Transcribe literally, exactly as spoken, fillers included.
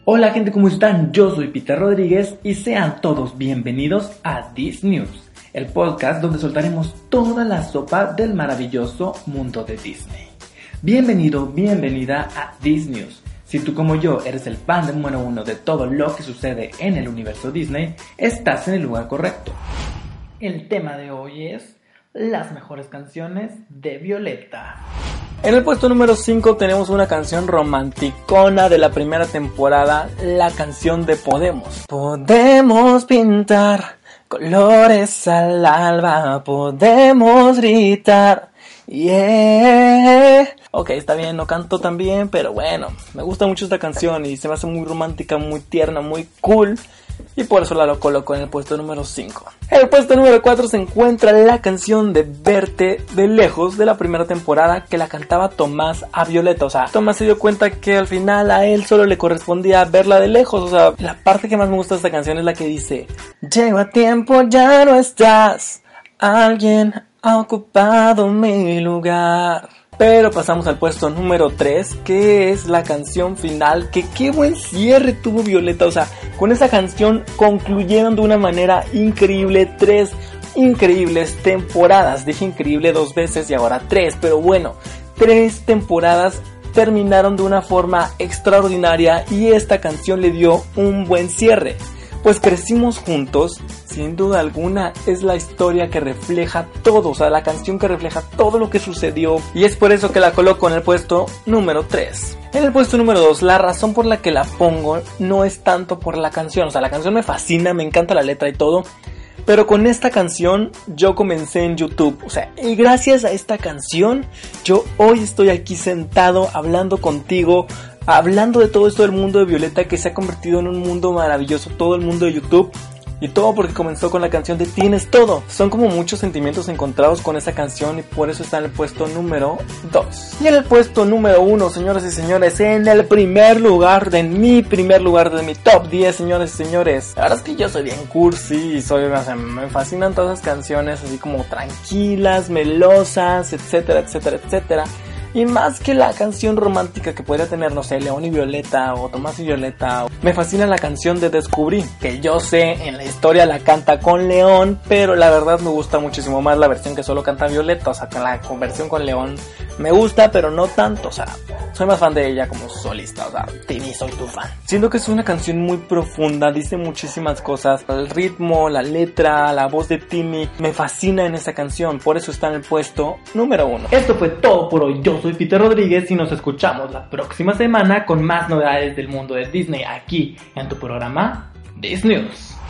Hola gente, ¿cómo están? Yo soy Peter Rodríguez y sean todos bienvenidos a This News, el podcast donde soltaremos toda la sopa del maravilloso mundo de Disney. Bienvenido, bienvenida a This News. Si tú como yo eres el fan número uno de todo lo que sucede en el universo Disney, estás en el lugar correcto. El tema de hoy es las mejores canciones de Violeta. En el puesto número cinco tenemos una canción romanticona de la primera temporada, la canción de Podemos. Podemos pintar colores al alba, podemos gritar, yeah. Ok, está bien, no canto tan bien, pero bueno, me gusta mucho esta canción y se me hace muy romántica, muy tierna, muy cool. Y por eso la lo coloco en el puesto número cinco. En el puesto número cuatro se encuentra la canción de Verte de Lejos de la primera temporada, que la cantaba Tomás a Violeta. O sea, Tomás se dio cuenta que al final a él solo le correspondía verla de lejos. O sea, la parte que más me gusta de esta canción es la que dice: lleva tiempo, ya no estás, alguien ha ocupado mi lugar. Pero pasamos al puesto número tres, que es la canción final, que qué buen cierre tuvo Violeta. O sea, con esa canción concluyeron de una manera increíble tres increíbles temporadas. Dije increíble dos veces y ahora tres, pero bueno, tres temporadas terminaron de una forma extraordinaria y esta canción le dio un buen cierre. Pues crecimos juntos, sin duda alguna es la historia que refleja todo, o sea, la canción que refleja todo lo que sucedió, y es por eso que la coloco en el puesto número tres. En el puesto número dos, la razón por la que la pongo no es tanto por la canción, o sea, la canción me fascina, me encanta la letra y todo, pero con esta canción yo comencé en YouTube, o sea, y gracias a esta canción yo hoy estoy aquí sentado hablando contigo, hablando de todo esto del mundo de Violeta, que se ha convertido en un mundo maravilloso, todo el mundo de YouTube. Y todo porque comenzó con la canción de Tienes Todo. Son como muchos sentimientos encontrados con esa canción y por eso está en el puesto número dos. Y en el puesto número uno, señoras y señores, en el primer lugar, de mi primer lugar, de mi top diez, señores y señores. La verdad es que yo soy bien cursi y soy, o sea, me fascinan todas esas canciones así como tranquilas, melosas, etcétera, etcétera, etcétera. Y más que la canción romántica que podría tener, no sé, León y Violeta o Tomás y Violeta, me fascina la canción de Descubrí, que yo sé en la historia la canta con León, pero la verdad me gusta muchísimo más la versión que solo canta Violeta. O sea, que la versión con León me gusta, pero no tanto. O sea, soy más fan de ella como solista, o sea, Tini, soy tu fan. Siento que es una canción muy profunda, dice muchísimas cosas. El ritmo, la letra, la voz de Tini me fascina en esa canción, por eso está en el puesto número uno. Esto fue todo por hoy. Yo soy Peter Rodríguez y nos escuchamos la próxima semana con más novedades del mundo de Disney aquí en tu programa This News.